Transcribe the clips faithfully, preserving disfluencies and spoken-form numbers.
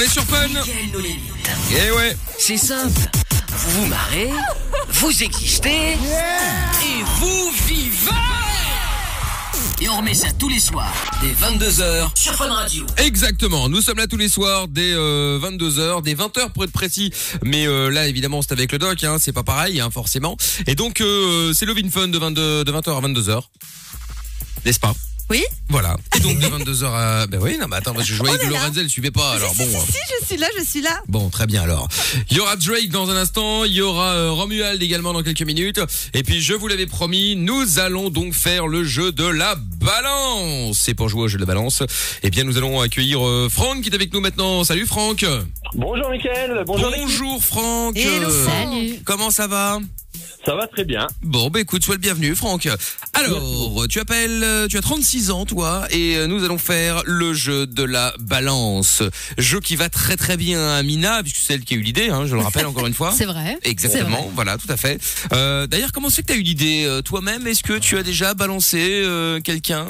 est sur Fun. Mickaël nos limites. Eh ouais. C'est simple. Vous vous marrez, vous existez et vous vivez. Et on remet ça tous les soirs, dès vingt-deux heures sur Fun Radio. Exactement, nous sommes là tous les soirs dès euh, vingt-deux heures, dès vingt heures pour être précis. Mais euh, là évidemment c'est avec le doc, hein, c'est pas pareil hein, forcément. Et donc euh, c'est Love in Fun de, vingt-deux, de vingt heures à vingt-deux heures. N'est-ce pas? Oui. Voilà. Et donc de vingt-deux heures à... Ben oui, non mais attends, parce que je voyais que Lorenzel suivait pas, alors si, bon... Si, si, si, je suis là, je suis là. Bon, très bien alors. Il y aura Drake dans un instant, il y aura euh, Romuald également dans quelques minutes. Et puis je vous l'avais promis, nous allons donc faire le jeu de la balance. Et pour jouer au jeu de la balance, eh bien nous allons accueillir euh, Franck qui est avec nous maintenant. Salut Franck. Bonjour Mickaël, bonjour Bonjour Franck. Hello, Euh, salut. Comment ça va? Ça va très bien. Bon, bah écoute, sois le bienvenu, Franck. Alors, tu appelles, euh, tu as trente-six ans, toi, et euh, nous allons faire le jeu de la balance. Jeu qui va très très bien à Mina, puisque c'est elle qui a eu l'idée, hein, je le rappelle encore une fois. C'est vrai. Exactement, C'est vrai. voilà, tout à fait. Euh, d'ailleurs, comment c'est que tu as eu l'idée euh, toi-même? Est-ce que tu as déjà balancé euh, quelqu'un?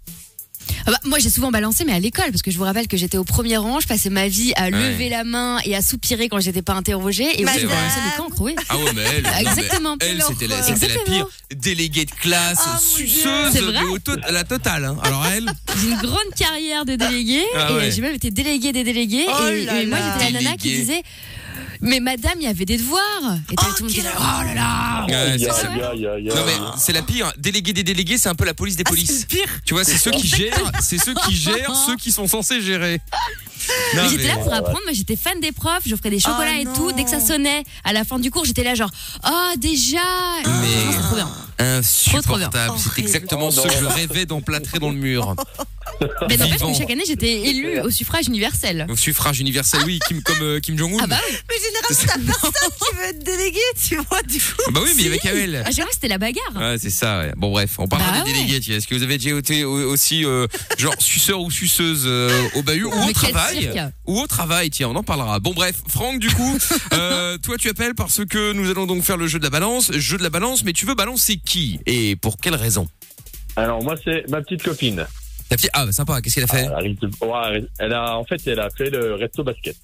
Ah bah, moi j'ai souvent balancé mais à l'école parce que je vous rappelle que j'étais au premier rang, je passais ma vie à lever la main et à soupirer quand j'étais pas interrogée et oui, j'ai balancé des cancres, oui. Ah ouais, mais elle, non, mais Exactement. elle, c'était la, c'était la Exactement. pire déléguée de classe, Oh, mon suceuse, Dieu. C'est vrai mais au to- la totale. Hein. Alors elle, J'ai une grande carrière de déléguée Ah et ouais. j'ai même été déléguée des délégués Oh et, là et moi là. j'étais la nana qui Déléguée. disait mais madame il y avait des devoirs et t'avais Oh, tout le monde qui quelle disait oh là là. Ouais, Aïe, c'est aïe, ça. aïe, aïe, aïe. Non mais c'est la pire. Délégué des délégués, c'est un peu la police des Ah, polices. c'est le pire. Tu vois, c'est ceux qui gèrent, c'est ceux qui gèrent, ceux qui sont censés gérer. Non, Mais j'étais mais- là pour apprendre, moi j'étais fan des profs, j'offrais des chocolats Oh et non. tout. Dès que ça sonnait à la fin du cours, j'étais là genre oh déjà. Mais- Franchement, c'est trop bien. Insupportable. Trop, trop C'est bien. exactement ce que je rêvais d'emplâtrer dans le mur. Mais n'empêche Vivant. que chaque année j'étais élue au suffrage universel. Au suffrage universel, oui, Kim, comme euh, Kim Jong-un. Ah bah oui. Mais généralement, t'as personne qui veut être délégué, tu vois, du coup. Bah oui, mais il y avait Kamel. À chaque fois c'était la bagarre. Ouais, c'est ça. Ouais. Bon bref, on parlera Bah des ouais. délégués. tu vois. Est-ce que vous avez déjà été au- aussi euh, genre suceur ou suceuse euh, au bahut ou au Mais quel travail cirque. ou au travail? Tiens, on en parlera. Bon bref, Franck, du coup, euh, toi tu appelles parce que nous allons donc faire le jeu de la balance, jeu de la balance. Mais tu veux balancer qui et pour quelle raison? Alors moi c'est ma petite copine. Ta petite... Ah bah sympa. Qu'est-ce qu'elle a fait? Elle, arrive de- ouais, elle a en fait elle a fait le resto basket.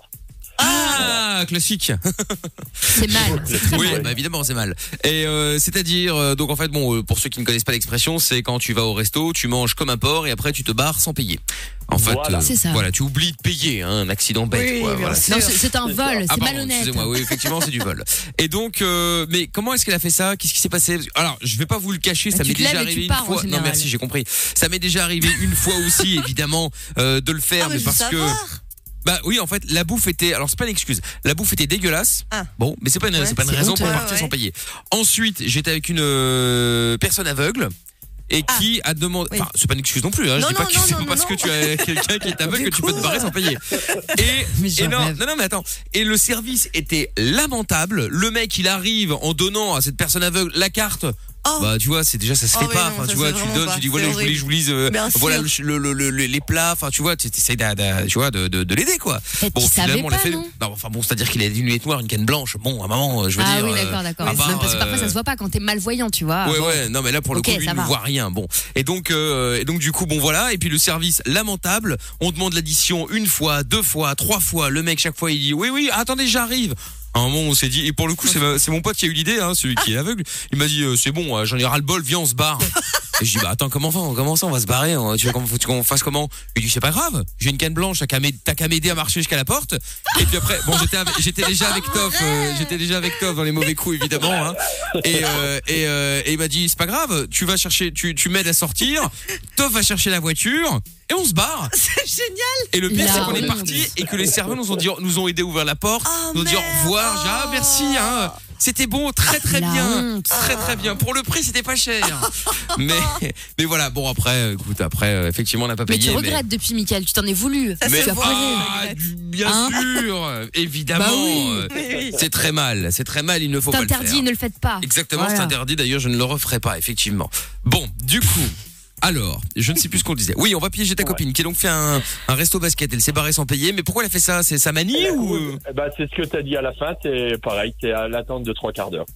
Ah, classique. C'est mal. C'est très Oui, mal. bah évidemment, c'est mal. Et euh, c'est-à-dire, euh, donc en fait, bon, euh, pour ceux qui ne connaissent pas l'expression, c'est quand tu vas au resto, tu manges comme un porc et après tu te barres sans payer. En fait, Voilà. euh, C'est ça. voilà, tu oublies de payer, hein, un accident bête. Oui, quoi, bien voilà. sûr. Non, c'est c'est un vol, Ah c'est pardon, malhonnête. excusez-moi, oui, effectivement, c'est du vol. Et donc, euh, mais comment est-ce qu'elle a fait ça? Qu'est-ce qui s'est passé? Alors, je vais pas vous le cacher, Bah, ça tu m'est te déjà lèves et tu arrivé une pars, en fois. Non, général. merci, j'ai compris. Ça m'est déjà arrivé une fois aussi, évidemment, euh, de le faire, Ah, mais mais je parce veux que. savoir. Bah oui, en fait, la bouffe était. Alors c'est pas une excuse. La bouffe était dégueulasse. Ah. Bon, mais c'est pas une, Ouais, c'est pas une c'est raison pour honteux. partir Ouais, sans ouais. payer. Ensuite, j'étais avec une euh, personne aveugle. Et Ah. qui a demandé, Oui. enfin c'est pas une excuse non plus, hein. Non, je dis pas non, que non, c'est non, pas parce non, que tu as quelqu'un qui est aveugle Du que tu peux te coup. barrer sans payer. Et, Mais et j'en non, rêve. non, non, mais attends. Et le service était lamentable. Le mec, il arrive en donnant à cette personne aveugle la carte. Oh. Bah tu vois, c'est déjà ça se Oh fait oui, pas. non, Enfin ça tu vois, se tu fait donnes, vraiment tu dis pas. voilà, C'est je voulais, je voulais, euh, Bien sûr. voilà le, le, le- le- les plats. Enfin tu vois, tu essayes d'a- d'a- tu vois de, de, de l'aider quoi. Peut-être qu'il savait finalement, on l'a pas, fait. non enfin bon, c'est-à-dire qu'il a une lunette noire, une canne blanche. Bon, à un moment, je veux Ah dire. oui, euh, d'accord, d'accord. à Mais part, c'est même parce que parfois euh, ça se voit pas quand t'es malvoyant, tu vois. Ouais Bon. ouais, non mais là pour le Ok, coup lui ça il ne va. voit rien. Bon. Et donc euh, et donc du coup bon voilà, et puis le service lamentable, on demande l'addition une fois, deux fois, trois fois, le mec chaque fois il dit "Oui oui, attendez, j'arrive." À un moment on s'est dit, et pour le coup c'est ma- c'est mon pote qui a eu l'idée, hein, celui qui est aveugle. Il m'a dit euh, c'est bon, euh, j'en ai ras le bol, viens on se barre. Et je dis bah attends, comment on va, comment ça on va se barrer, hein, tu veux qu'on faut qu'on fasse comment? Il dit c'est pas grave, j'ai une canne blanche, t'as qu'à m'aider- t'as qu'à m'aider à marcher jusqu'à la porte. Et puis après bon j'étais avec- j'étais déjà avec Toff, euh, j'étais déjà avec Toff dans les mauvais coups évidemment, hein. Et euh, et, euh, et il m'a dit c'est pas grave, tu vas chercher, tu tu m'aides à sortir, Toff va chercher la voiture. Et on se barre. C'est génial. Et le pire, La c'est qu'on est honte. parti et que les serveurs nous ont dit, nous ont aidé à ouvrir la porte, Oh, nous ont dit au merde. revoir. J'ai dit, ah, merci, hein. C'était bon, très très La bien. honte. Très très bien. Pour le prix, c'était pas cher. Mais, mais voilà, bon, après, écoute, après, euh, effectivement, on n'a pas Mais payé. tu regrettes depuis, Mickaël, tu t'en es voulu. Ça mais, se tu as voit. pleuré. ah, du- bien Hein sûr, évidemment. Bah oui. euh, Oui, oui. C'est très mal, c'est très mal, il ne faut C'est pas le faire. interdit, ne le faites pas. Exactement, Voilà. c'est interdit. D'ailleurs, je ne le referai pas, effectivement. Bon, du coup. Alors, je ne sais plus ce qu'on disait. Oui, on va piéger ta Ouais. copine qui a donc fait un, un resto basket. Elle s'est barrée sans payer. Mais pourquoi elle a fait ça? C'est sa manie ou euh Eh ben, c'est ce que t'as dit à la fin, c'est pareil, c'est à l'attente de trois quarts d'heure.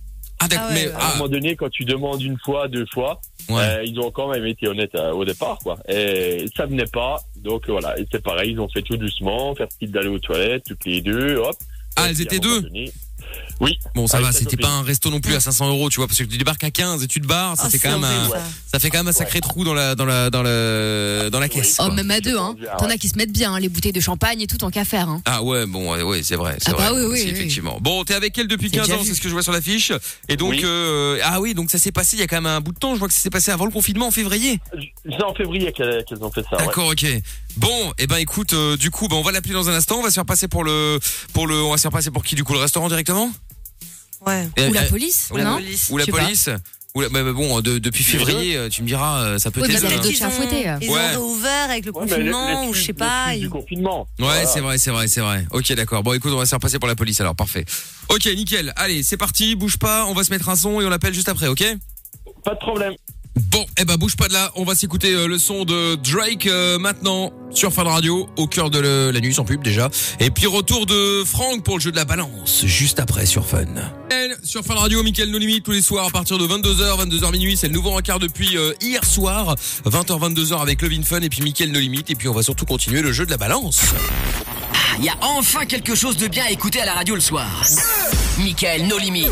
Ah d'accord, Ah ouais, mais ouais. À un ah, moment donné, quand tu demandes une fois, deux fois, ouais. euh, ils ont quand même été honnêtes euh, au départ, quoi. Et ça venait pas, donc voilà. Et c'est pareil, ils ont fait tout doucement, faire style d'aller aux toilettes, toutes les deux, hop. Ah, Et elles puis, étaient à un moment deux. donné- Oui. Bon, ça Avec va, sa c'était copine. pas un resto non plus à cinq cents euros, tu vois, parce que tu débarques à quinze et tu te barres, ça Oh, fait c'est quand même un, horrible, ça. ça fait quand même un sacré trou dans la, dans la, dans la, dans la caisse. Oh, quoi. même à deux, hein. Ah T'en ouais. as qui se mettent bien, hein, les bouteilles de champagne et tout, tant qu'à faire, hein. Ah ouais, bon, ouais, ouais, c'est vrai, c'est Ah vrai. bah oui, oui, aussi, oui. effectivement. Bon, t'es avec elle depuis C'est quinze déjà ans, vu. c'est ce que je vois sur l'affiche. Et donc, Oui. euh, ah oui, donc ça s'est passé il y a quand même un bout de temps. Je vois que ça s'est passé avant le confinement en février. C'est en février qu'elles qu'elles ont fait ça, ouais. D'accord, ok. Bon, et eh ben écoute, euh, du coup, ben on va l'appeler dans un instant. On va se faire passer pour le, pour le, on va se faire passer pour qui du coup, le restaurant directement Ouais. Et- Ou la euh, police, Ou la non police. Ou la Je sais pas. police ou la, mais, mais bon, de- depuis février, euh, tu me diras, euh, ça peut Oui, mais être. ça hein. reste d'autres Ils chiens ont, fouettés. ils Ouais. ont réouvert avec le Ouais, mais confinement les- ou les je sais flux- pas. les flux ils- du confinement. Ouais, Voilà. c'est vrai, c'est vrai, c'est vrai. Ok, d'accord. Bon, écoute, on va se faire passer pour la police alors, parfait. Ok, nickel. Allez, c'est parti, bouge pas, on va se mettre un son et on l'appelle juste après, ok? Pas de problème. Bon, eh ben bouge pas de là, on va s'écouter euh, le son de Drake euh, maintenant sur Fun Radio, au cœur de le- la nuit sans pub déjà. Et puis retour de Franck pour le jeu de la balance, juste après sur Fun. Elle, sur Fun Radio, Mickaël No Limite tous les soirs à partir de vingt-deux heures, vingt-deux heures minuit, c'est le nouveau rencard depuis euh, hier soir, vingt heures, vingt-deux heures avec Levin Fun et puis Mickaël No Limite et puis on va surtout continuer le jeu de la balance. Il y a enfin quelque chose de bien à écouter à la radio le soir. Mickaël No Limit.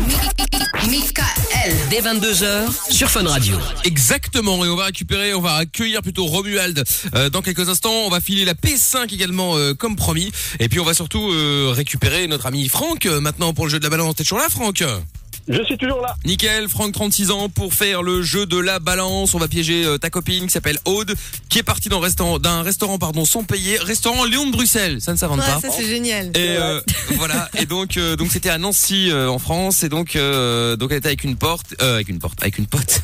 Mickaël. Dès vingt-deux heures sur Fun Radio. Exactement, et on va récupérer, on va accueillir plutôt Romuald euh, dans quelques instants. On va filer la P cinq également euh, comme promis. Et puis on va surtout euh, récupérer notre ami Franck euh, maintenant pour le jeu de la balance. T'es toujours là, Franck? Je suis toujours là. Nickel, Franck, trente-six ans, pour faire le jeu de la balance. On va piéger euh, ta copine qui s'appelle Aude, qui est partie d'un restaurant, d'un restaurant pardon, sans payer, restaurant Léon de Bruxelles. Ça ne s'invente Ouais, pas. ça c'est génial. Et euh, voilà. Et donc, euh, donc c'était à Nancy euh, en France. Et donc, euh, donc elle était avec une porte, euh, avec une porte, avec une pote.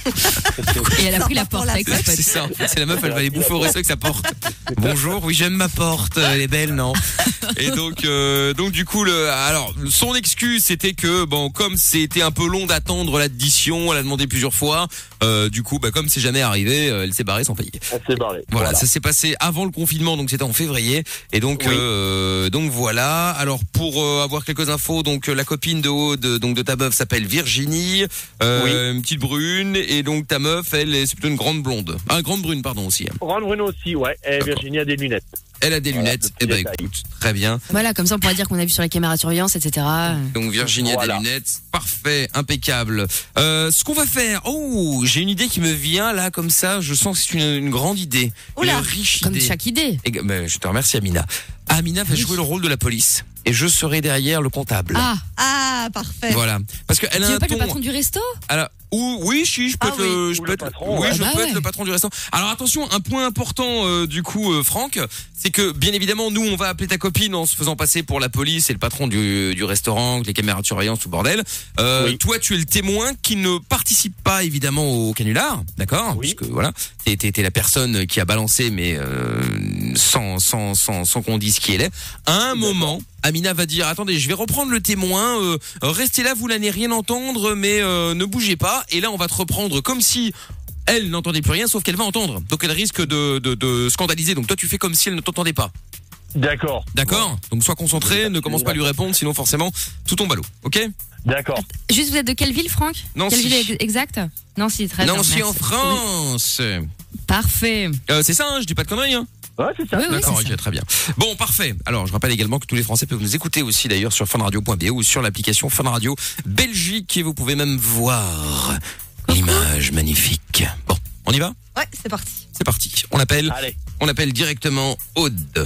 Et elle a Ça pris la repart pour porte la avec sa pote. pote. C'est ça. En fait, c'est la meuf. Elle va aller bouffer au resto avec sa porte. Bonjour. Oui, j'aime ma porte. Elle est belle, non? Et donc, euh, donc du coup, le, alors son excuse c'était que bon, comme c'était un peu long d'attendre l'addition, elle a demandé plusieurs fois. Euh, du coup, bah comme c'est jamais arrivé, euh, elle s'est barrée sans payer. Elle s'est barrée. Voilà, ça s'est passé avant le confinement, donc c'était en février. Et donc, Oui. euh, donc voilà. Alors pour euh, avoir quelques infos, donc euh, la copine de Aude, donc de ta meuf s'appelle Virginie, euh, une petite brune, et donc ta meuf, elle, est- c'est plutôt une grande blonde, ah, une grande brune, pardon aussi. Ron Bruno aussi, ouais. Et D'accord. Virginie a des lunettes. Elle a des Voilà, lunettes. le petit Eh ben détail. écoute, très bien. Voilà, comme ça on pourra dire qu'on a vu sur la caméra de surveillance, et cetera. Donc Virginie Voilà. a des lunettes, parfait, impeccable. Euh, ce qu'on va faire, oh, j'ai une idée qui me vient là comme ça. Je sens que c'est une, une grande idée, Oula, une riche Comme idée. chaque idée. Et, ben, je te remercie Amina. Amina va Oui. jouer le rôle de la police et je serai derrière le comptable. Ah, Ah, parfait. Voilà, parce qu'elle tu a veux un pas ton. le patron du resto? Alors, ou oui, si, je peux Ah être le, je Ou peux le être, patron, oui, ouais. je Bah peux ouais. être le patron du restaurant. Alors attention, un point important euh, du coup, euh, Franck, c'est que bien évidemment, nous, on va appeler ta copine en se faisant passer pour la police et le patron du, du restaurant, avec les caméras de surveillance, tout bordel. Euh, Oui. Toi, tu es le témoin qui ne participe pas évidemment au canular, d'accord? Oui. Puisque voilà, t'es, t'es, t'es la personne qui a balancé, mais euh, sans, sans, sans, sans qu'on dise qui elle est. À un moment. Amina va dire attendez, je vais reprendre le témoin, euh, restez là, vous n'allez rien entendre, mais euh, ne bougez pas. Et là, on va te reprendre comme si elle n'entendait plus rien, sauf qu'elle va entendre. Donc elle risque de, de, de scandaliser. Donc toi, tu fais comme si elle ne t'entendait pas. D'accord. D'accord? Donc sois concentré, ne commence pas à lui répondre, sinon forcément tout tombe à l'eau. Ok? D'accord. Juste, vous êtes de quelle ville, Franck? Nancy. Quelle ville ex- exacte? Nancy, très bien. Nancy en merci. France. Oui. Parfait. Euh, c'est ça, hein, je dis pas de conneries. Hein. Ouais, c'est ça. Oui, oui, D'accord, c'est ok, ça. très bien. Bon, parfait. Alors, je rappelle également que tous les Français peuvent nous écouter aussi d'ailleurs sur funradio point b e ou sur l'application Fun Radio Belgique et vous pouvez même voir l'image magnifique. Bon, on y va? Ouais, c'est parti. C'est parti. On appelle, Allez. on appelle directement Aude.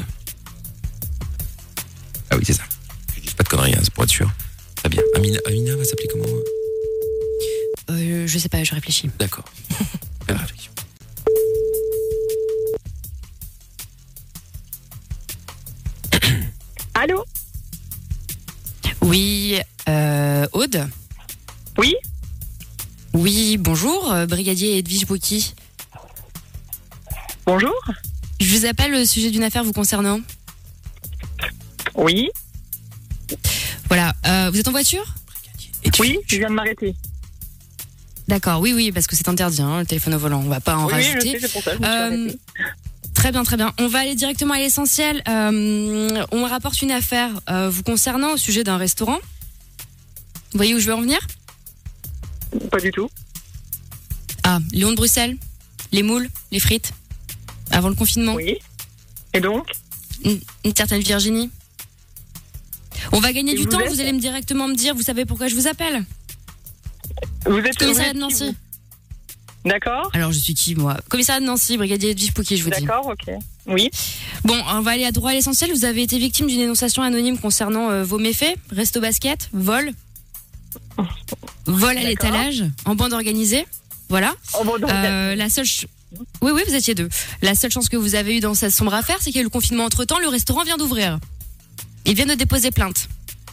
Ah oui, c'est ça. Je dis pas de conneries, hein, c'est pour être sûr. Très bien. Amina, Amina va s'appeler comment? Euh, je sais pas, je réfléchis. D'accord. Belle réflexion. Allô? Oui, euh, Aude? Oui? Oui, bonjour, euh, brigadier Edwige Bouki. Bonjour? Je vous appelle au sujet d'une affaire vous concernant. Oui? Voilà, euh, vous êtes en voiture? Oui, je viens de m'arrêter. D'accord, oui, oui, parce que c'est interdit, hein, le téléphone au volant, on va pas en Oui, oui, je rajouter. sais, c'est pour ça que je me suis Euh, arrêtée. Très bien, très bien. On va aller directement à l'essentiel. Euh, on rapporte une affaire euh, vous concernant au sujet d'un restaurant. Vous voyez où je veux en venir? Pas du tout. Ah, Lyon de Bruxelles, les moules, les frites, avant le confinement. Oui. Et donc Une, une certaine Virginie. On va gagner Et du vous temps, êtes vous allez me directement me dire, vous savez pourquoi je vous appelle? Vous êtes Commissariat de vous êtes qui, Nancy. vous D'accord. Alors je suis qui moi? Commissariat de Nancy, brigadier Edwige Pouki, je vous dis. D'accord, ok. Oui. Bon, on va aller à droit à l'essentiel. Vous avez été victime d'une dénonciation anonyme concernant euh, vos méfaits, resto basket, vol, vol à D'accord. l'étalage, en bande organisée. Voilà. Oh, bon, donc, Euh, la seule ch- Oui, oui, vous étiez deux. La seule chance que vous avez eue dans cette sombre affaire, c'est qu'il y a eu le confinement entre-temps, le restaurant vient d'ouvrir. Ils viennent de déposer plainte.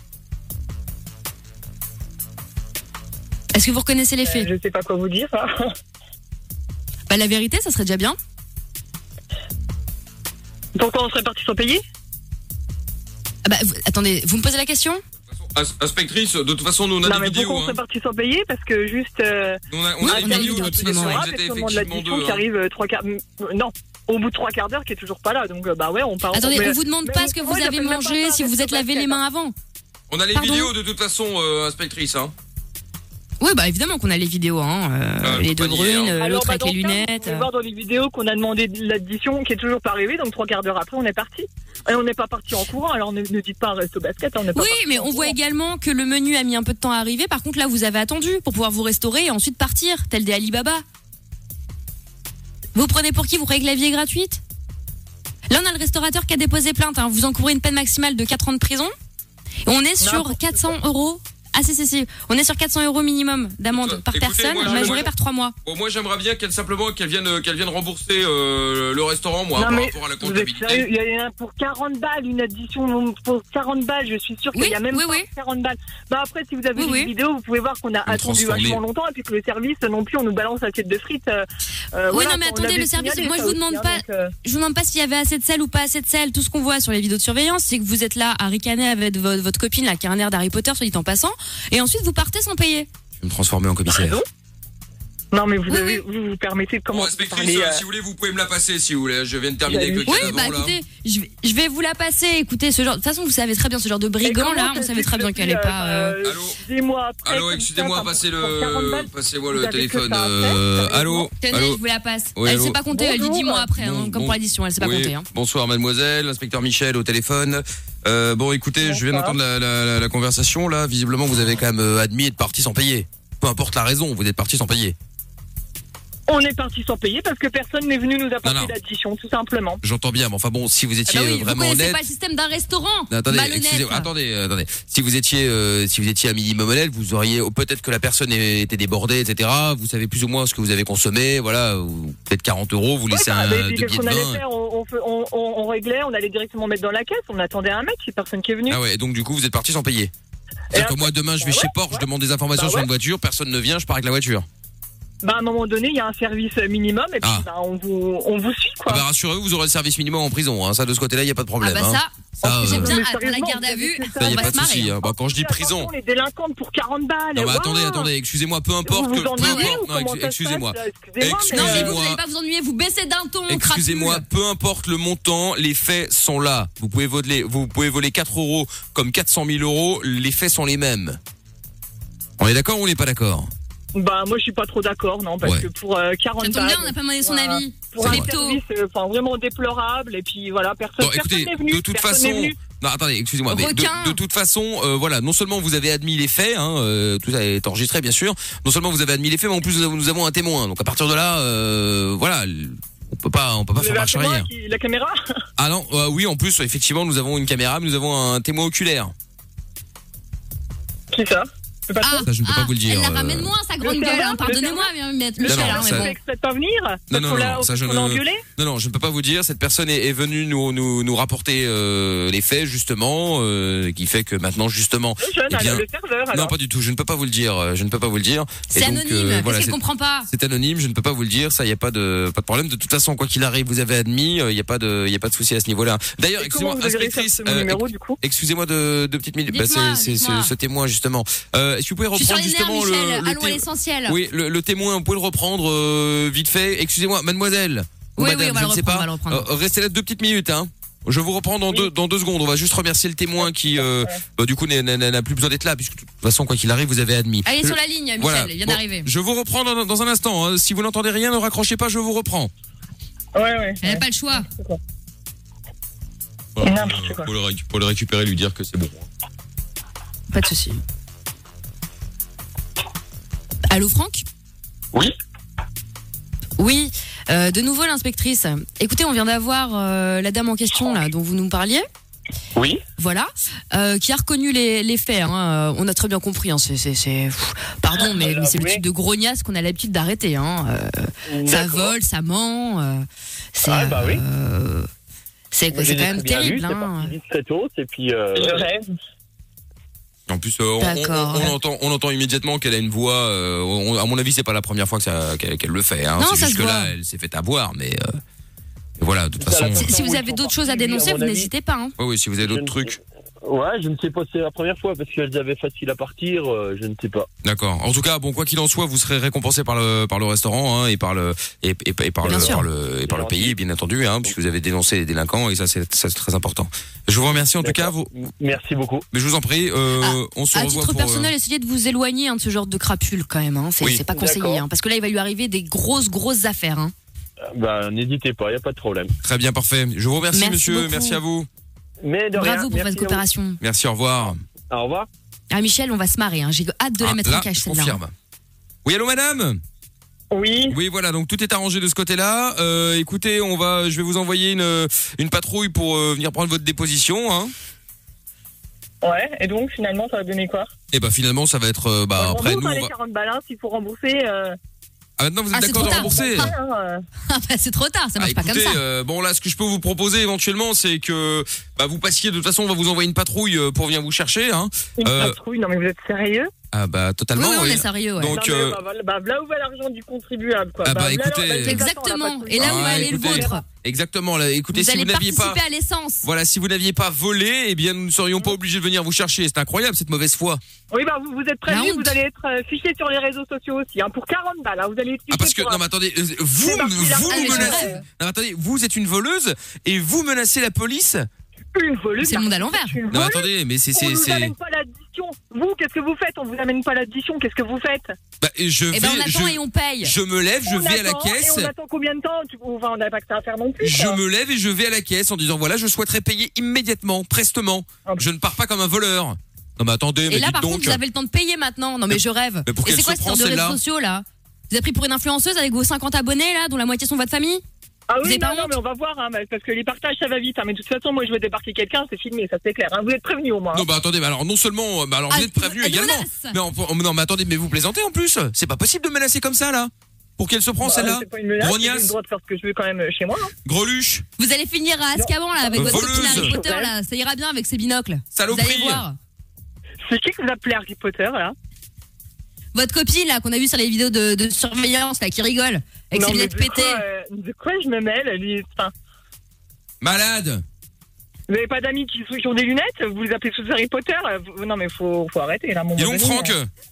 Est-ce que vous reconnaissez les faits? euh, je sais pas quoi vous dire. hein. Bah, la vérité, ça serait déjà bien. Pourquoi on serait parti sans payer Ah bah, vous- attendez, vous me posez la question? As- Inspectrice, de toute façon, nous on a Non, des mais vidéos. pourquoi on serait hein. parti sans payer Parce que juste. Euh, Nous, on a, on Oui, a on a des des vidéos vidéos, de toute façon, absolument, vous parce étiez qu'au moment de la effectivement discussion deux. qui hein. arrive euh, trois quarts. Non, au bout de trois quarts d'heure qui est toujours pas là. Donc, euh, bah ouais, on part. Attendez, mais- on vous demande mais pas ce que moi, vous avez j'appelle même pas mangé, ça si un vous êtes resto lavé les basket, mains hein. avant. On a les Pardon vidéos de toute façon, euh, inspectrice. Hein. Oui, bah évidemment qu'on a les vidéos, hein. euh, Ah, les faut deux pas nier, brunes, hein. euh, Alors, l'autre bah, avec dans les ce cas, lunettes. Vous pouvez voir dans les vidéos qu'on a demandé de l'addition qui est toujours pas arrivée, donc trois quarts d'heure après, on est parti. Et on n'est pas parti en courant, alors ne, ne dites pas un resto basket, on n'est pas Oui, parti mais en on voit courant. également que le menu a mis un peu de temps à arriver. Par contre, là, vous avez attendu pour pouvoir vous restaurer et ensuite partir, tel des Alibaba. Vous prenez pour qui? Vous croyez que la vie est gratuite? Là, on a le restaurateur qui a déposé plainte. Hein. Vous encourez une peine maximale de quatre ans de prison. Et on est sur N'importe quatre cents euros. Ah, si, si, si. On est sur quatre cents euros minimum d'amende Écoutez, par personne, moi, je- majoré moi- par trois mois. Bon, moi j'aimerais bien qu'elle simplement qu'elle vienne euh, qu'elle vienne rembourser euh, le restaurant, moi, Non, par mais rapport à la vous êtes sérieux, comptabilité. il y en a pour quarante balles, une addition pour quarante balles, je suis sûre qu'il Oui, y a même oui, pas oui. quarante balles. Bah après, si vous avez Oui, vu oui. les vidéos, vous pouvez voir qu'on a attendu transformée. vachement longtemps et puis que le service non plus, on nous balance l'assiette de frites. euh, euh, Oui, voilà, non, mais on attendez, l'avait le service, signalé, moi, je ça vous aussi, demande hein, pas- donc, euh, Je vous demande pas s'il y avait assez de sel ou pas assez de sel. Tout ce qu'on voit sur les vidéos de surveillance, c'est que vous êtes là à ricaner avec votre, votre copine là, qui a un air d'Harry Potter, soit dit en passant, et ensuite vous partez sans payer. Je vais me transformer en commissaire. Pardon Non, mais vous, Oui, avez, oui. vous vous permettez de Bon, commencer à inspectrice, parler. euh, euh, si vous voulez, vous pouvez me la passer, si vous voulez. Je viens de terminer avec le Oui, cadavre, bah là. écoutez, je vais, je vais vous la passer. Écoutez, ce genre, de toute façon, vous savez très bien ce genre de et brigand comment là, ça on se savait fait très que bien depuis, qu'elle est euh, pas. euh, euh, Allô Des mois après. Allô, comme excusez-moi, ça, passez pour- pour quarante le, balles, passez-moi vous le avez que téléphone. ça à faire, euh, sérieusement. Allô, Tenez, allô. je vous la passe. Oui, elle allô. sait pas compter, elle dit Bonjour. dix mois après, hein, Bon, comme bon. pour l'addition, elle sait pas Oui, compter. Hein. Bonsoir, mademoiselle, inspecteur Michel au téléphone. Euh, bon, écoutez, je viens Bonsoir. d'entendre la, la, la, la conversation là. Visiblement, vous avez quand même euh, admis être parti sans payer. Peu importe la raison, vous êtes parti sans payer. On est parti sans payer parce que personne n'est venu nous apporter Non, non. l'addition, tout simplement. J'entends bien, mais enfin bon, si vous Ah étiez bah oui, euh, vous vraiment connaissez honnête. pas le système d'un restaurant. Non, attendez, Malhonnête. excusez-moi, attendez, euh, attendez. Si vous étiez, euh, si vous étiez un minimum honnête, vous auriez oh, peut-être que la personne était débordée, et cetera. Vous savez plus ou moins ce que vous avez consommé, voilà, ou peut-être quarante euros, vous laissez Ouais, un bah, et deux puis, billets qu'est-ce de qu'on allait vin. faire on, on, fait- on, on- on réglait, on allait directement mettre dans la caisse, on attendait un mec, c'est personne qui est venu. Ah ouais, donc du coup vous êtes parti sans payer. Et C'est-à-dire que après- moi demain je vais bah chez ouais, Porsche, je ouais. demande des informations Bah sur ouais. une voiture, personne ne vient, je pars avec la voiture. Bah à un moment donné, il y a un service minimum et puis Ah. bah, on, vous, on vous suit quoi. Ah bah rassurez-vous, vous aurez le service minimum en prison, hein. Ça de ce côté-là, il y a pas de Ah problème. bah hein. ça, Ça, euh, j'aime bien Mais attendre la sérieusement, garde à vous avez vue. fait ça, ça, y On a va pas se de souci. marrer. Hein. Bah, quand je dis prison. Attention, les délinquantes pour quarante balles. Non mais voilà. attendez, attendez, excusez-moi, peu importe Vous que vous peu ennuyez importe. ou Non, comment ex- ça se passe, excusez-moi. là Excusez-moi, mais, Non, mais Excusez-moi. vous, vous n'allez pas vous ennuyer, vous baissez d'un ton, Excusez-moi, crapule. peu importe le montant, les faits sont là. Vous pouvez voler, vous pouvez voler quatre euros comme quatre cent mille euros, les faits sont les mêmes. On est d'accord ou on n'est pas d'accord? Bah moi je suis pas trop d'accord non parce Ouais. que pour euh, quarante Ça tombe balles. bien, on n'a pas demandé son voilà, avis. Pour C'est un les taux. service euh, enfin vraiment déplorable et puis voilà personne Bon, personne écoutez, n'est venu. de toute personne n'est façon, venu. non, attendez, excusez-moi, mais Requin. de, de toute façon, euh, voilà, non seulement vous avez admis les faits, hein, euh, tout ça est enregistré bien sûr. Non seulement vous avez admis les faits, mais en plus nous avons, nous avons un témoin. Donc à partir de là, euh, voilà, on peut pas, on peut pas Vous faire avez un marche témoin arrière. qui- La caméra. Ah non, euh, oui, en plus, effectivement, nous avons une caméra, mais nous avons un témoin oculaire. Qui ça? Le patron. Ah, Ça, je ne peux ah, pas vous le dire, Elle la euh. ramène moins, sa grande Le gueule. serveur, Hein. le Pardonnez-moi, serveur. mais mais- Le Non, non, serveur, ça- il fait exprès de pas venir. Non, parce non, qu'on non, l'a- ça, je qu'on l'a ne- engueulé. Non, non, je ne peux pas vous dire. Cette personne est, est venue nous, nous, nous rapporter euh, les faits, justement, euh, qui fait que maintenant, justement, Le jeune, eh bien, alors, le serveur non, alors. pas du tout. Je ne peux pas vous le dire. euh, Je ne peux pas vous le dire. Et C'est donc, anonyme, euh, qu'est-ce voilà, qu'elle c'est- comprend pas? C'est anonyme. Je ne peux pas vous le dire. Ça, il y a pas de, pas de problème. De toute façon, quoi qu'il arrive, vous avez admis. Il y a pas de, il y a pas de souci à ce niveau-là. D'ailleurs, Et comment excusez-moi, vous avez réussi à inspectrice. ce euh, numéro du coup? Excusez-moi de, de petites minutes. Bah, Dites-moi, c'est, c'est, dites-moi. ce, ce témoin justement. Euh, est-ce que vous pouvez Je suis sur reprendre les nerfs, justement Michel. le, le Allons à té- l'essentiel. Oui, le, le témoin. Vous pouvez le reprendre euh, vite fait. Excusez-moi, mademoiselle. Ou Oui, madame, oui, on va je le ne sais reprendre, pas. on va le reprendre. Euh, restez là deux petites minutes, hein. Je vous reprends dans Oui. deux dans deux secondes. On va juste remercier le témoin qui, euh, bah, du coup, n'a, n'a, n'a plus besoin d'être là, puisque de toute façon, quoi qu'il arrive, vous avez admis. Allez Je- sur la ligne, Michel, voilà. il vient Bon, d'arriver. Je vous reprends dans, dans un instant. Hein. Si vous n'entendez rien, ne raccrochez pas, je vous reprends. Ouais, ouais. Elle n'a pas le choix. Voilà, N'importe pour, quoi. pour le, ré- pour le récupérer, lui dire que c'est bon. Pas de souci. Allô, Franck? Oui. Oui, euh, de nouveau l'inspectrice. Écoutez, on vient d'avoir euh, la dame en question là, dont vous nous parliez. Oui. Voilà, euh, qui a reconnu les, les faits. Hein. Euh, On a très bien compris. Hein. C'est, c'est, c'est... pff, pardon, mais, mais c'est le Oui. type de grognasse qu'on a l'habitude d'arrêter. Hein. Euh, ça D'accord. vole, ça ment. Euh, c'est, Ah, bah oui. euh, c'est, Moi, c'est j'ai quand même très bien vu, terrible. C'est Hein. parti vite très tôt, et puis. Euh... Je rêve. En plus, euh, on, D'accord. on, on entend, on entend immédiatement qu'elle a une voix. Euh, on- à mon avis, c'est pas la première fois que ça, qu'elle, qu'elle le fait. Hein. Non, c'est ça juste se que voit. là, elle s'est fait avoir, mais. Euh, mais voilà, de toute C'est à la façon. fin. Si, si vous Ils avez sont d'autres choses à partis, dénoncer, à mon vous avis. n'hésitez pas. Hein. Oui, oui, si vous avez d'autres Je ne trucs. sais- Ouais, je ne sais pas si c'est la première fois parce qu'elles avaient facile à partir, euh, je ne sais pas. D'accord. En tout cas, bon, quoi qu'il en soit, vous serez récompensé par le par le restaurant hein, et par le et, et, et par Bien le sûr. par le et par le pays, bien entendu, hein, puisque vous avez dénoncé les délinquants et ça c'est ça c'est très important. Je vous remercie en tout cas. Vous, M- Merci beaucoup. mais je vous en prie, euh, Ah, on se À revoit titre pour. euh, personnel, essayez de vous éloigner hein, de ce genre de crapule quand même. Hein. C'est, Oui. c'est pas conseillé. D'accord. Hein, parce que là, il va lui arriver des grosses, grosses affaires. Hein. Bah, n'hésitez pas, il n'y a pas de problème. Très bien, parfait. Je vous remercie, Merci monsieur. beaucoup. Merci à vous. Mais de rien. Bravo pour merci votre à vous. coopération. Merci. Au revoir. Au revoir. Ah, Michel, on va se marrer. Hein. J'ai hâte de la Ah, mettre là, en cache, je celle-là. confirme. Oui, allô, madame. Oui. Oui, voilà. Donc tout est arrangé de ce côté-là. Euh, écoutez, on va, je vais vous envoyer une une patrouille pour euh, venir prendre votre déposition. Hein. Ouais. Et donc, finalement, ça va donner quoi? Et bah finalement, ça va être euh, bah On après nous. rembourse On les va... quarante balles, hein, s'il faut rembourser. Euh... Ah maintenant vous êtes Ah, c'est d'accord de trop tard. rembourser. hein, euh, Ah, bah, c'est trop tard, ça marche Ah, pas écoutez, comme ça. euh, bon là, ce que je peux vous proposer éventuellement, c'est que bah, vous passiez. De toute façon, on va vous envoyer une patrouille euh, pour venir vous chercher. Hein. Une Euh, patrouille. Non, mais vous êtes sérieux? Ah bah Oui, totalement. oui, on oui. est sérieux. Ouais. Donc, non, mais, euh, bah, voilà, bah, là où va l'argent du contribuable, quoi. Ah, bah, là, écoutez, là, de toute façon, Exactement. on a pas de Et là où Ah, va aller le écoutez, vôtre. Exactement. Là, écoutez, Vous si allez vous n'aviez participer pas, à l'essence. voilà, si vous n'aviez pas volé, eh bien nous ne serions pas obligés de venir vous chercher. C'est incroyable cette mauvaise foi. Oui, bah, vous, vous êtes La prévenus, honte. vous allez être euh, fiché sur les réseaux sociaux aussi, hein, pour quarante balles, hein, vous allez être fiché Ah parce que pour non un- mais attendez, euh, vous C'est parti, vous là. nous Ah, mais je menacez. rêve. Non mais attendez, vous êtes une voleuse et vous menacez la police. une voleuse. C'est le monde à l'envers. Une Non mais voleuse. attendez, mais c'est On c'est vous c'est. amène pas l'addition. Vous, qu'est-ce que vous faites? On vous amène pas l'addition. Qu'est-ce que vous faites? Bah, je vais, Eh ben, on attend je, et on paye. je me lève, je On vais à la attend, caisse. Et on attend combien de temps? Tu- Enfin, on n'a pas que ça à faire non plus. Je quoi. me lève et je vais à la caisse en disant voilà, je souhaiterais payer immédiatement, prestement. Ah bah. Je ne pars pas comme un voleur. Non mais attendez, mais Et là, dites par donc. contre, vous avez le temps de payer maintenant. Non, mais Mais- je rêve. mais pour Et qu'elle c'est quoi se cette prend, sorte de celle-là réseaux sociaux, là? Vous avez pris pour une influenceuse avec vos cinquante abonnés, là, dont la moitié sont votre famille? Ah Vous oui, avez pas non, non, honte mais on va voir, hein, parce que les partages, ça va vite. Hein, mais de toute façon, moi, je veux débarquer quelqu'un, c'est filmé, ça c'est clair. Hein, vous êtes prévenus au moins. Non bah attendez, mais alors non seulement, bah alors Ah, vous êtes prévenu elle également. menace. Mais en- non mais attendez, mais vous plaisantez en plus. C'est pas possible de menacer comme ça là. Pour qu'elle se prend Bah, celle-là. c'est pas une menace, j'ai Grognasse. le droit de faire ce que je veux quand même euh, chez moi. Hein. Greluche, Vous allez finir à Azkaban, là, avec Euh, votre voleuse. copine Harry Potter, là. Ça ira bien avec ses binocles. Vous saloperie. allez voir. C'est qui que vous appelez Harry Potter, là? Votre copine, là, qu'on a vu sur les vidéos de, de surveillance, là, qui rigole. Avec Non, ses mais lunettes de pétées. quoi, euh, de quoi je me mêle, lui? Enfin, Malade. vous n'avez pas d'amis qui, qui ont des lunettes? Vous les appelez tous Harry Potter? Euh, vous- Non, mais faut, faut arrêter, là, mon Dis donc Franck.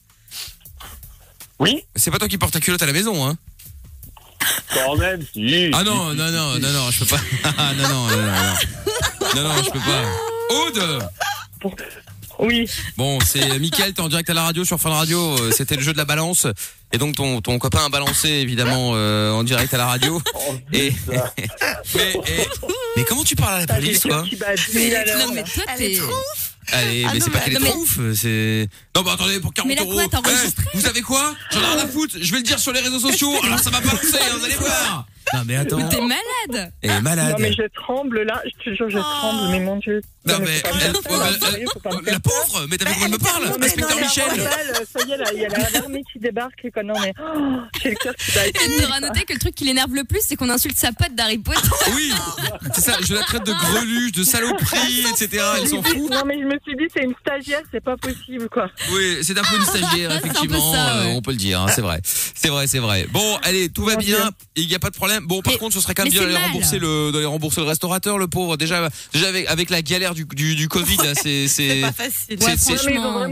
Oui. C'est pas toi qui portes ta culotte à la maison, hein? Quand même, si. Ah non, non, non, non, non, je peux pas. Ah non, non, non, non, non, non, non, je peux pas. Aude. Oui. Bon, c'est Mickaël, t'es en direct à la radio sur Fun Radio. euh, C'était le jeu de la balance, et donc ton ton copain a balancé évidemment euh, en direct à la radio. Oh, Et putain. mais, et- mais comment tu parles à la T'as police, des toi? gens qui battent mille à l'heure, Non, mais là. toi, t'es. Allez, Ah mais non, c'est pas mais- qu'elle est non, trop mais- ouf, c'est. Non, bah attendez, pour quarante Mais là, euros. quoi, t'as enregistré Eh, vous savez quoi? J'en ai rien à foutre. Je vais le dire sur les réseaux sociaux. Alors ça va balancer, hein, vous allez voir. Non mais attends. Mais t'es malade. Elle est malade. Non, mais je tremble, là. Je te jure, je tremble, mais mon Dieu. Non, mais faut pas elle- me faire ouais, ça, bah, sérieux, faut pas me La faire ça. pauvre, mais t'as fait quoi elle me parle, Non, mais inspecteur non, Michel. la randale, ça y est, là, il y a la- l'armée qui débarque, quoi. Non, mais oh, j'ai le cœur qui bat. Et t'auras noté que le truc qui l'énerve le plus, c'est qu'on insulte sa pote d'Harry Potter. Oui, c'est ça. Je la traite de greluche, de saloperie, et cetera. Elle s'en fout. Non, mais je me suis dit, c'est une stagiaire, c'est pas possible, quoi. Oui, c'est un peu une stagiaire, C'est un peu effectivement. ça, ouais. euh, on peut le dire. Hein, c'est vrai. C'est vrai, c'est vrai. Bon, allez, tout va Mon bien. Dieu. Il n'y a pas de problème. Bon, par Mais- contre, ce serait quand même mais bien c'est d'aller mal. rembourser le, d'aller rembourser le restaurateur, le pauvre. Déjà, déjà avec, avec la galère du, du, du Covid, là, c'est, c'est. Pas facile. C'est- Ouais, c'est- Non, mais ils ont franchement. vraiment pas été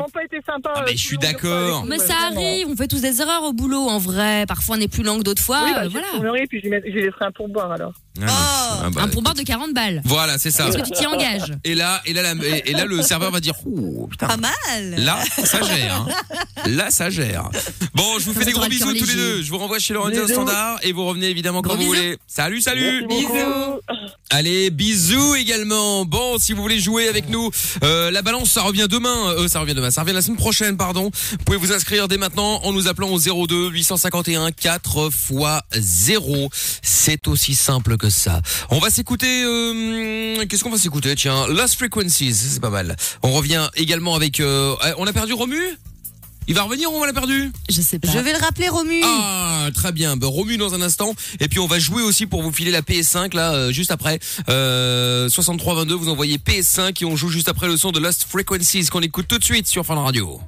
sympa. Ah, mais euh, je suis tout le long du d'accord. repas Mais avec ça nous, vraiment. arrive, on fait tous des erreurs au boulot, en vrai. Parfois, on est plus lent que d'autres fois. Oui, bah, euh, je voilà. tournerai, puis j'y mets- j'y laisserai un pourboire alors. Ah, non. Ah, bah, Un pourboire de quarante balles. Voilà, c'est ça. Est-ce que tu t'y engages? Et là, et là, la- et, et là, le serveur va dire, oh, putain. Pas mal. Là, ça gère. Hein. Là, ça gère. Bon, je vous Comme fais des ça, gros t'auras le bisous cœur tous les léger. deux. Je vous renvoie chez Lorenzo au Bisous. standard et vous revenez évidemment quand Gros vous bisous. voulez. Salut, salut. Merci beaucoup. Allez, bisous également. Bon, si vous voulez jouer avec nous, euh, la balance, ça revient demain. Euh, ça revient demain. Ça revient la semaine prochaine, pardon. Vous pouvez vous inscrire dès maintenant en nous appelant au zéro deux huit cent cinquante et un quatre fois zéro. C'est aussi simple que ça. On va s'écouter. Euh, qu'est-ce qu'on va s'écouter? Tiens, Lost Frequencies, c'est pas mal. On revient également avec. Euh, on a perdu Romu? Il va revenir ou on l'a perdu? Je sais pas. Je vais le rappeler, Romu. Ah, très bien. Ben, Romu dans un instant. Et puis on va jouer aussi pour vous filer la P S cinq là, euh, juste après. Euh, soixante-trois vingt-deux, vous envoyez P S cinq et on joue juste après le son de Lost Frequencies qu'on écoute tout de suite sur Fun Radio.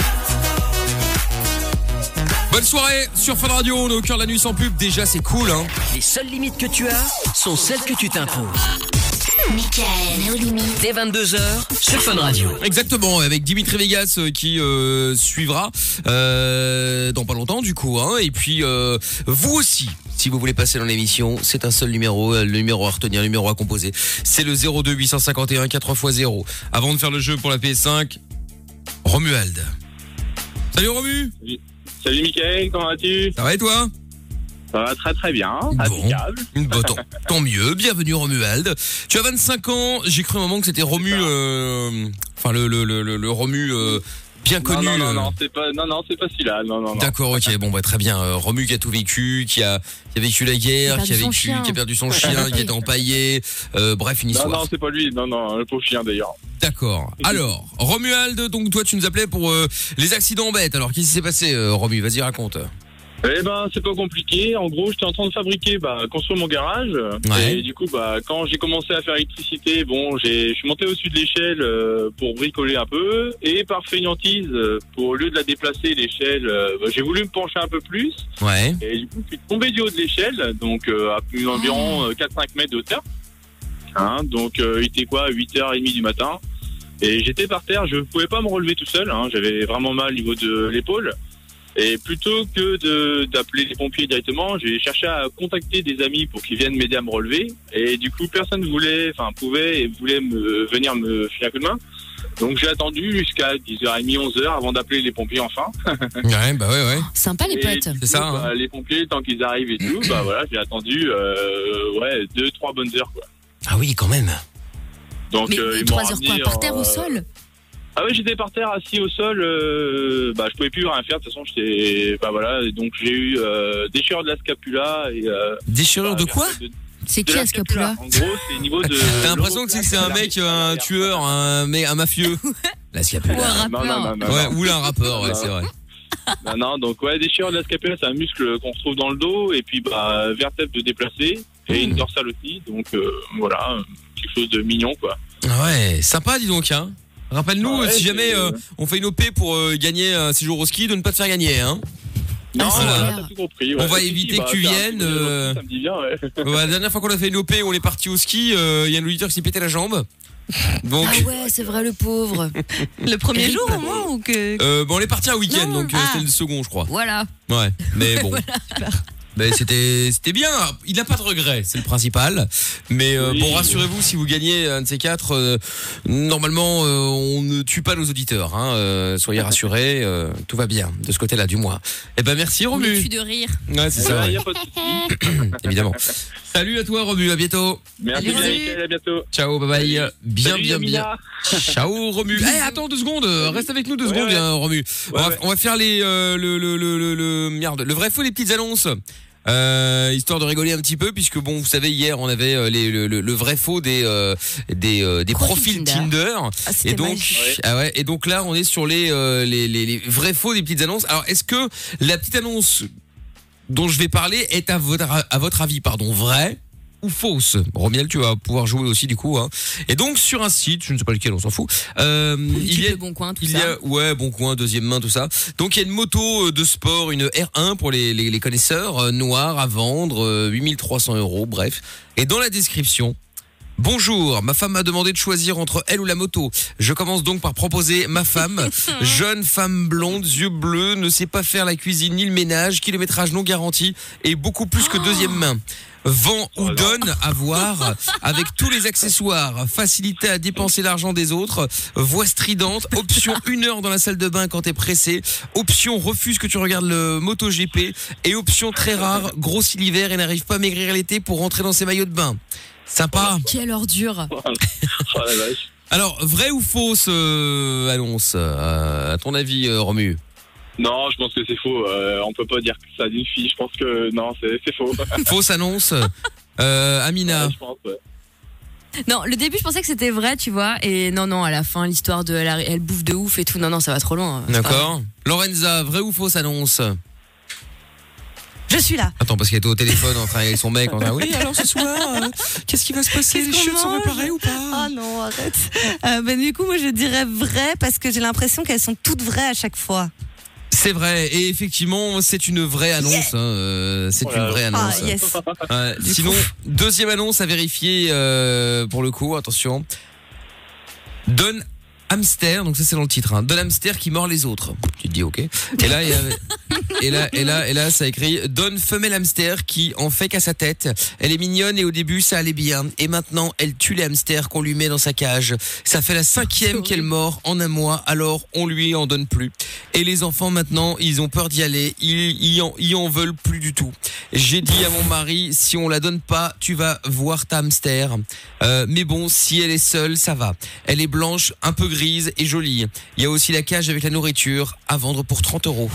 Bonne soirée sur Fun Radio. On est au cœur de la nuit sans pub. Déjà, c'est cool, hein. Les seules limites que tu as sont celles que tu t'imposes. Mickaël, nos limites. Dès vingt-deux heures sur Fun Radio. Exactement, avec Dimitri Vegas euh, qui euh, suivra euh, dans pas longtemps du coup, hein. Et puis euh, vous aussi, si vous voulez passer dans l'émission, c'est un seul numéro, euh, le numéro à retenir, le numéro à composer. C'est le zéro deux huit cent cinquante et un quatre fois zéro. Avant de faire le jeu pour la P S cinq, Romuald. Salut Romu. Salut Mickaël, comment vas-tu? Ça va et toi? Ça va très très bien, Bon. impeccable. Bon, tant, tant mieux, bienvenue Romuald. Tu as vingt-cinq ans, j'ai cru un moment que c'était Romu, euh, enfin le, le, le, le, le Romu euh, bien connu. Non, non, euh. non, non, c'est pas, non, non, c'est pas celui-là, non, non, non. D'accord, ok, bon bah très bien. Euh, Romu qui a tout vécu, qui a qui a vécu la guerre, Qui qui a a perdu son vécu, chien. qui a perdu son chien, qui est empaillé. Euh, bref, une Non, histoire. non, c'est pas lui, non, non, le pauvre chien d'ailleurs. D'accord. Alors, Romuald, donc toi tu nous appelais pour euh, les accidents bêtes. Alors qu'est-ce qui s'est passé, euh, Romu? Vas-y, raconte. Eh ben, c'est pas compliqué. En gros, j'étais en train de fabriquer, bah, construire mon garage. Ouais. Et du coup, bah, quand j'ai commencé à faire l'électricité, bon, j'ai, je suis monté au-dessus de l'échelle euh, pour bricoler un peu. Et par fainéantise, euh, pour au lieu de la déplacer, l'échelle, euh, bah, j'ai voulu me pencher un peu plus. Ouais. Et du coup, je suis tombé du haut de l'échelle, donc euh, à plus environ euh, quatre cinq mètres de hauteur. Hein, donc, euh, il était quoi, huit heures trente du matin. Et j'étais par terre, je pouvais pas me relever tout seul. Hein, j'avais vraiment mal au niveau de l'épaule. Et plutôt que de d'appeler les pompiers directement, j'ai cherché à contacter des amis pour qu'ils viennent m'aider à me relever. Et du coup, personne voulait, enfin pouvait et voulait me venir me filer un coup de main. Donc j'ai attendu jusqu'à dix heures trente, onze heures avant d'appeler les pompiers enfin. Ouais, bah ouais, ouais. Sympa les Et potes. du C'est coup, ça, hein. bah, les pompiers, tant qu'ils arrivent et tout, bah voilà, j'ai attendu euh, ouais deux, trois bonnes heures quoi. Ah oui, quand même. Donc Mais euh, ils m'ont trois heures quoi? ramené, Par terre euh, au sol? Ah ouais, j'étais par terre assis au sol, euh, bah je pouvais plus rien faire de toute façon, j'étais bah voilà, et donc j'ai eu euh, déchirure de la scapula et euh, Déchirure de bah, quoi? de- C'est de qui la à Scapula? En gros, c'est au niveau de T'as l'impression que c'est c'est un mec, euh, un tueur, un, mais un mafieux. La Ou scapula. un Non, rappeur? non, non, non, Ouais, non. ou là un rappeur, ouais, c'est vrai. Non, non, donc ouais, déchirure de la scapula, c'est un muscle qu'on retrouve dans le dos, et puis bah vertèbre de déplacer, et une dorsale aussi, donc euh, voilà, euh, quelque chose de mignon quoi. Ah ouais, sympa, dis donc, hein. Rappelle-nous, Ouais, si c'est- jamais euh, on fait une O P pour euh, gagner un séjour au ski, de ne pas te faire gagner, hein. Non, Ah, c'est voilà, clair. t'as tout compris. Ouais. On va Si, éviter si, bah, que tu faire un viennes, petit peu de euh, Ça me dit bien, ouais. Ouais, la dernière fois qu'on a fait une O P, on est parti au ski, euh, il y a un auditeur qui s'est pété la jambe. Donc, Ah ouais, c'est vrai le pauvre. Le premier Rip. jour au moins ou que. euh, bon, on est parti un week-end, Non. donc euh, Ah. c'était le second, je crois. Voilà. Ouais, mais bon. Ben, c'était c'était bien. Il n'a pas de regrets, c'est le principal. Mais euh, Oui. bon, rassurez-vous, si vous gagnez un de ces quatre, euh, normalement, euh, on ne tue pas nos auditeurs. Hein, euh, soyez rassurés, euh, tout va bien de ce côté-là, du moins. Eh ben merci On est Romu. cul de rire. Ouais, c'est ça. Il Ouais. n'y a pas de souci. Évidemment. Salut à toi Romu, à bientôt. Merci, Salut. Michael, à bientôt. Ciao, bye bye. Bien, Salut, bien, bien. Amina. Ciao Romu. Eh, attends deux secondes, euh, reste avec nous deux Ouais, secondes, ouais. hein, Romu. on, va, ouais. on va faire les euh, le, le le le le merde, le vrai faux des petites annonces. Euh, histoire de rigoler un petit peu, puisque bon, vous savez, hier on avait euh, les, le, le, le vrai faux des euh, des euh, des Profil profils Tinder. Tinder. Ah, c'était Et donc, magique. Ouais. ah ouais, et donc là, on est sur les, euh, les, les, les vrais faux des petites annonces. Alors, est-ce que la petite annonce dont je vais parler est à votre, à votre avis, pardon, vraie ou fausse? Romiel, tu vas pouvoir jouer aussi du coup. Hein. Et donc, sur un site, je ne sais pas lequel, on s'en fout. Euh, il y a, Le bon coin, tout il y ça. a, ouais, bon coin, deuxième main, tout ça. Donc il y a une moto euh, de sport, une R un pour les, les, les connaisseurs, euh, noire à vendre, euh, huit mille trois cents euros, bref. Et dans la description, Bonjour, ma femme m'a demandé de choisir entre elle ou la moto. Je commence donc par proposer ma femme. Jeune femme blonde, yeux bleus, ne sait pas faire la cuisine ni le ménage, kilométrage non garanti et beaucoup plus que deuxième main. Vend ou donne à voir avec tous les accessoires, facilité à dépenser l'argent des autres, voix stridente, option une heure dans la salle de bain quand t'es pressé, option refuse que tu regardes le MotoGP et option très rare, grossit l'hiver et n'arrive pas à maigrir l'été pour rentrer dans ses maillots de bain. Sympa. Quelle ordure. Oh la vache. Alors, vraie ou fausse euh, annonce, euh, à ton avis, euh, Romu? Non, je pense que c'est faux. Euh, on peut pas dire que ça d'une fille. Je pense que non, c'est c'est faux. Fausse annonce. Euh, Amina. Ouais, je pense, ouais. Non, le début, je pensais que c'était vrai, tu vois. Et non, non, à la fin, l'histoire de elle, elle bouffe de ouf et tout. Non, non, ça va trop loin. C'est pas D'accord. Lorenza, vraie ou fausse annonce? Je suis là. Attends, parce qu'elle était au téléphone en train avec son mec en train, oui, alors ce soir, euh, qu'est-ce qui va se passer? Qu'est-ce Les qu'on chiottes sont mange préparées ou pas? Oh non, arrête. Euh, ben, du coup, moi, je dirais vrai parce que j'ai l'impression qu'elles sont toutes vraies à chaque fois. C'est vrai, et effectivement, c'est une vraie annonce. Hein, euh, c'est Voilà. une vraie Ah, annonce. yes. Euh, sinon, deuxième annonce à vérifier euh, pour le coup, attention. Donne hamster, donc ça c'est dans le titre, hein. Donne hamster qui mord les autres. Tu te dis ok. Et là, il y a, et là, et là, et là, ça écrit donne femelle hamster qui en fait qu'à sa tête. Elle est mignonne et au début ça allait bien. Et maintenant, elle tue les hamsters qu'on lui met dans sa cage. Ça fait la cinquième qu'elle mord en un mois, alors on lui en donne plus. Et les enfants maintenant, ils ont peur d'y aller. Ils, ils, en, ils en veulent plus du tout. J'ai dit à mon mari, si on la donne pas, tu vas voir ta hamster. Euh, mais bon, si elle est seule, ça va. Elle est blanche, un peu grise et jolie. Il y a aussi la cage avec la nourriture à vendre pour trente euros.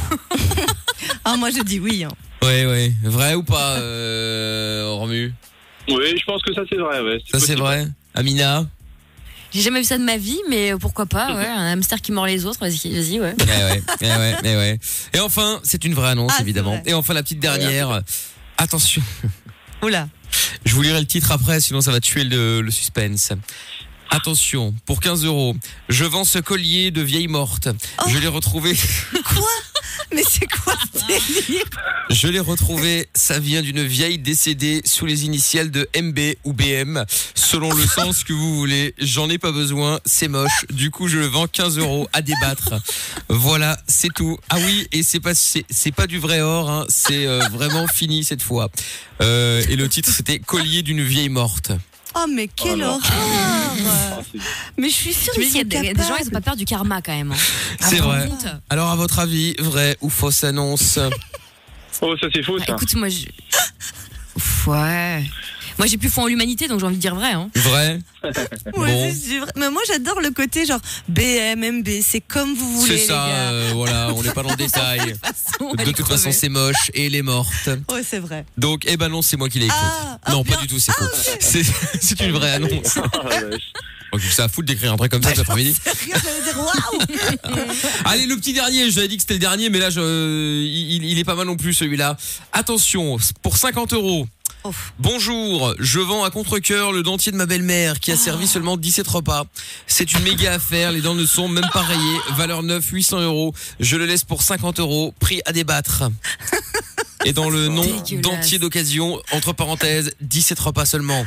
Ah, moi, je dis oui. Hein. Ouais, ouais. Vrai ou pas, euh, Romu? Oui, je pense que ça c'est vrai. Ouais. Ça c'est possible. vrai. Amina? J'ai jamais vu ça de ma vie, mais pourquoi pas, ouais. Un hamster qui mord les autres, vas-y, vas-y, ouais. Eh ouais, eh ouais, eh ouais. Et enfin, c'est une vraie annonce, Ah, c'est évidemment. vrai. Et enfin, la petite dernière. Attention. Oula. Je vous lirai le titre après, sinon ça va tuer le, le suspense. Attention, pour quinze euros, je vends ce collier de vieille morte. Oh. Je l'ai retrouvé. Quoi? Mais c'est quoi ce délire? Je l'ai retrouvé. Ça vient d'une vieille décédée sous les initiales de M B ou B M, selon le sens que vous voulez. J'en ai pas besoin. C'est moche. Du coup, je le vends quinze euros à débattre. Voilà, c'est tout. Ah oui, et c'est pas c'est, c'est pas du vrai or. Hein. C'est euh, vraiment fini cette fois. Euh, et le titre c'était Collier d'une vieille morte. Oh, mais quelle Oh non. horreur! Ah, c'est- Mais je suis sûre Tu qu'ils sais, il y a sont des, des gens, ils ont pas peur du karma quand même. hein. C'est Ah, vrai. par contre, Alors, à votre avis, vrai ou fausse annonce? Oh, ça c'est faux bah, ça. écoute, moi, je... Ouf, ouais. Moi, j'ai plus foi en l'humanité, donc j'ai envie de dire vrai. Hein. Vrai? Moi Bon. aussi, je dis vrai. Mais moi, j'adore le côté genre B M, M B. C'est comme vous voulez, C'est les ça, gars. euh, voilà, on n'est pas dans le détail. De toute façon, c'est moche et elle est morte. Ouais, c'est vrai. Donc, eh ben non, c'est moi qui l'ai écrit. Ah, ah, non, bien. pas du tout, c'est faux. C'est, c'est une vraie annonce. Oh, la vache. Donc, ça a foutre d'écrire un truc comme ça cet après-midi. Rien, j'allais dire waouh! Allez, le petit dernier, je vous avais dit que c'était le dernier, mais là, je, il, il est pas mal non plus celui-là. Attention, pour cinquante euros. Ouf. Bonjour, je vends à contre-cœur le dentier de ma belle-mère qui a servi seulement dix-sept repas. C'est une méga affaire, les dents ne sont même pas rayées. Valeur neuve, huit cents euros. Je le laisse pour cinquante euros, prix à débattre. Et dans le nom, Dégueulasse. dentier d'occasion, entre parenthèses, dix-sept repas seulement.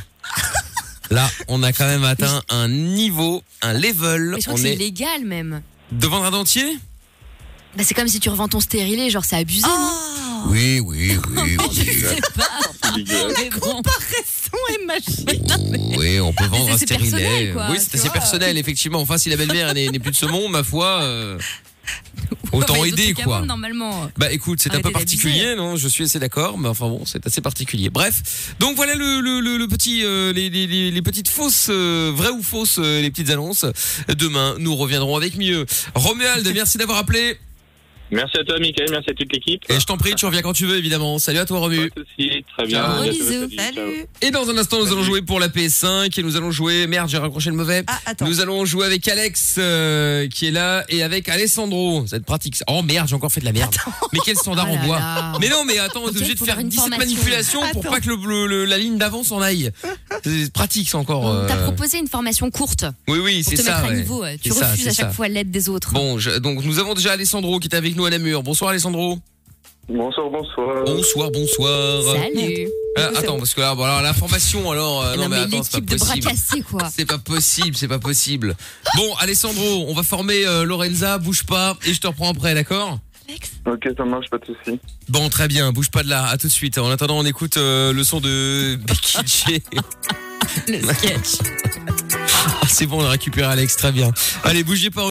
Là, on a quand même atteint un niveau, un level. Mais je crois On que c'est est illégal même. de vendre un dentier? Bah, c'est comme si tu revends ton stérilet, genre c'est abusé, non Oh! Oui, oui, oui, Je sais pas. C'est dégueulasse. Mais bon. Comparaison est machine. oui, on peut vendre c'est- un c'est stérilet. personnel, quoi, Oui, tu c'est assez vois. personnel, effectivement. Enfin, si la belle-mère n'est, n'est plus de ce monde, ma foi, euh, autant Ouais, mais aider, d'autres quoi. cas, normalement. Bah écoute, c'est un peu Arrêtez d'abuser. particulier, non? Je suis assez d'accord, mais enfin bon, c'est assez particulier. Bref, donc voilà le le le, le petit euh, les, les les les petites fausses euh, vraies ou fausses euh, les petites annonces. Demain, nous reviendrons avec mieux. Romuald, merci d'avoir appelé. Merci à toi, Mickaël. Merci à toute l'équipe. Et je t'en prie, tu reviens quand tu veux, évidemment. Salut à toi, Romu. Pas de soucis, très bien. Ciao. À bientôt, Bisous. salut, ciao. Salut. Et dans un instant, nous allons jouer pour la P S cinq et nous allons jouer. Merde, j'ai raccroché le mauvais. Ah, attends. Nous allons jouer avec Alex euh, qui est là et avec Alessandro. Ça va être pratique. Oh merde, j'ai encore fait de la merde. Mais quel standard Oh on là boit. là. Mais non, mais attends, on est Ok, obligé de faut faire faire une dix-sept formation. manipulations pour Attends. pas que le, le- le- la ligne d'avant s'en aille. C'est pratique, ça encore. euh. T'as proposé une formation courte Oui, oui, pour c'est te ça. mettre à ouais. niveau. Tu C'est ça, refuses c'est à chaque ça. fois l'aide des autres. Bon, je- donc nous avons déjà Alessandro qui est avec nous à Namur. Bonsoir Alessandro. Bonsoir, bonsoir. Bonsoir, bonsoir. Salut. Ah, attends, parce que là, bon, alors, l'information, alors, euh, non, Non, mais mais attends, c'est l'équipe pas de bras possible. cassés, quoi. C'est pas possible, c'est pas possible. Bon, Alessandro, on va former euh, Lorenza, bouge pas, et je te reprends après, d'accord? Ok, ça marche, pas de soucis. Bon, très bien, bouge pas de là, à tout de suite. En attendant, on écoute euh, le son de Becky G. Le sketch. Ah, c'est bon, on a récupéré Alex, très bien. Allez, bougez pas.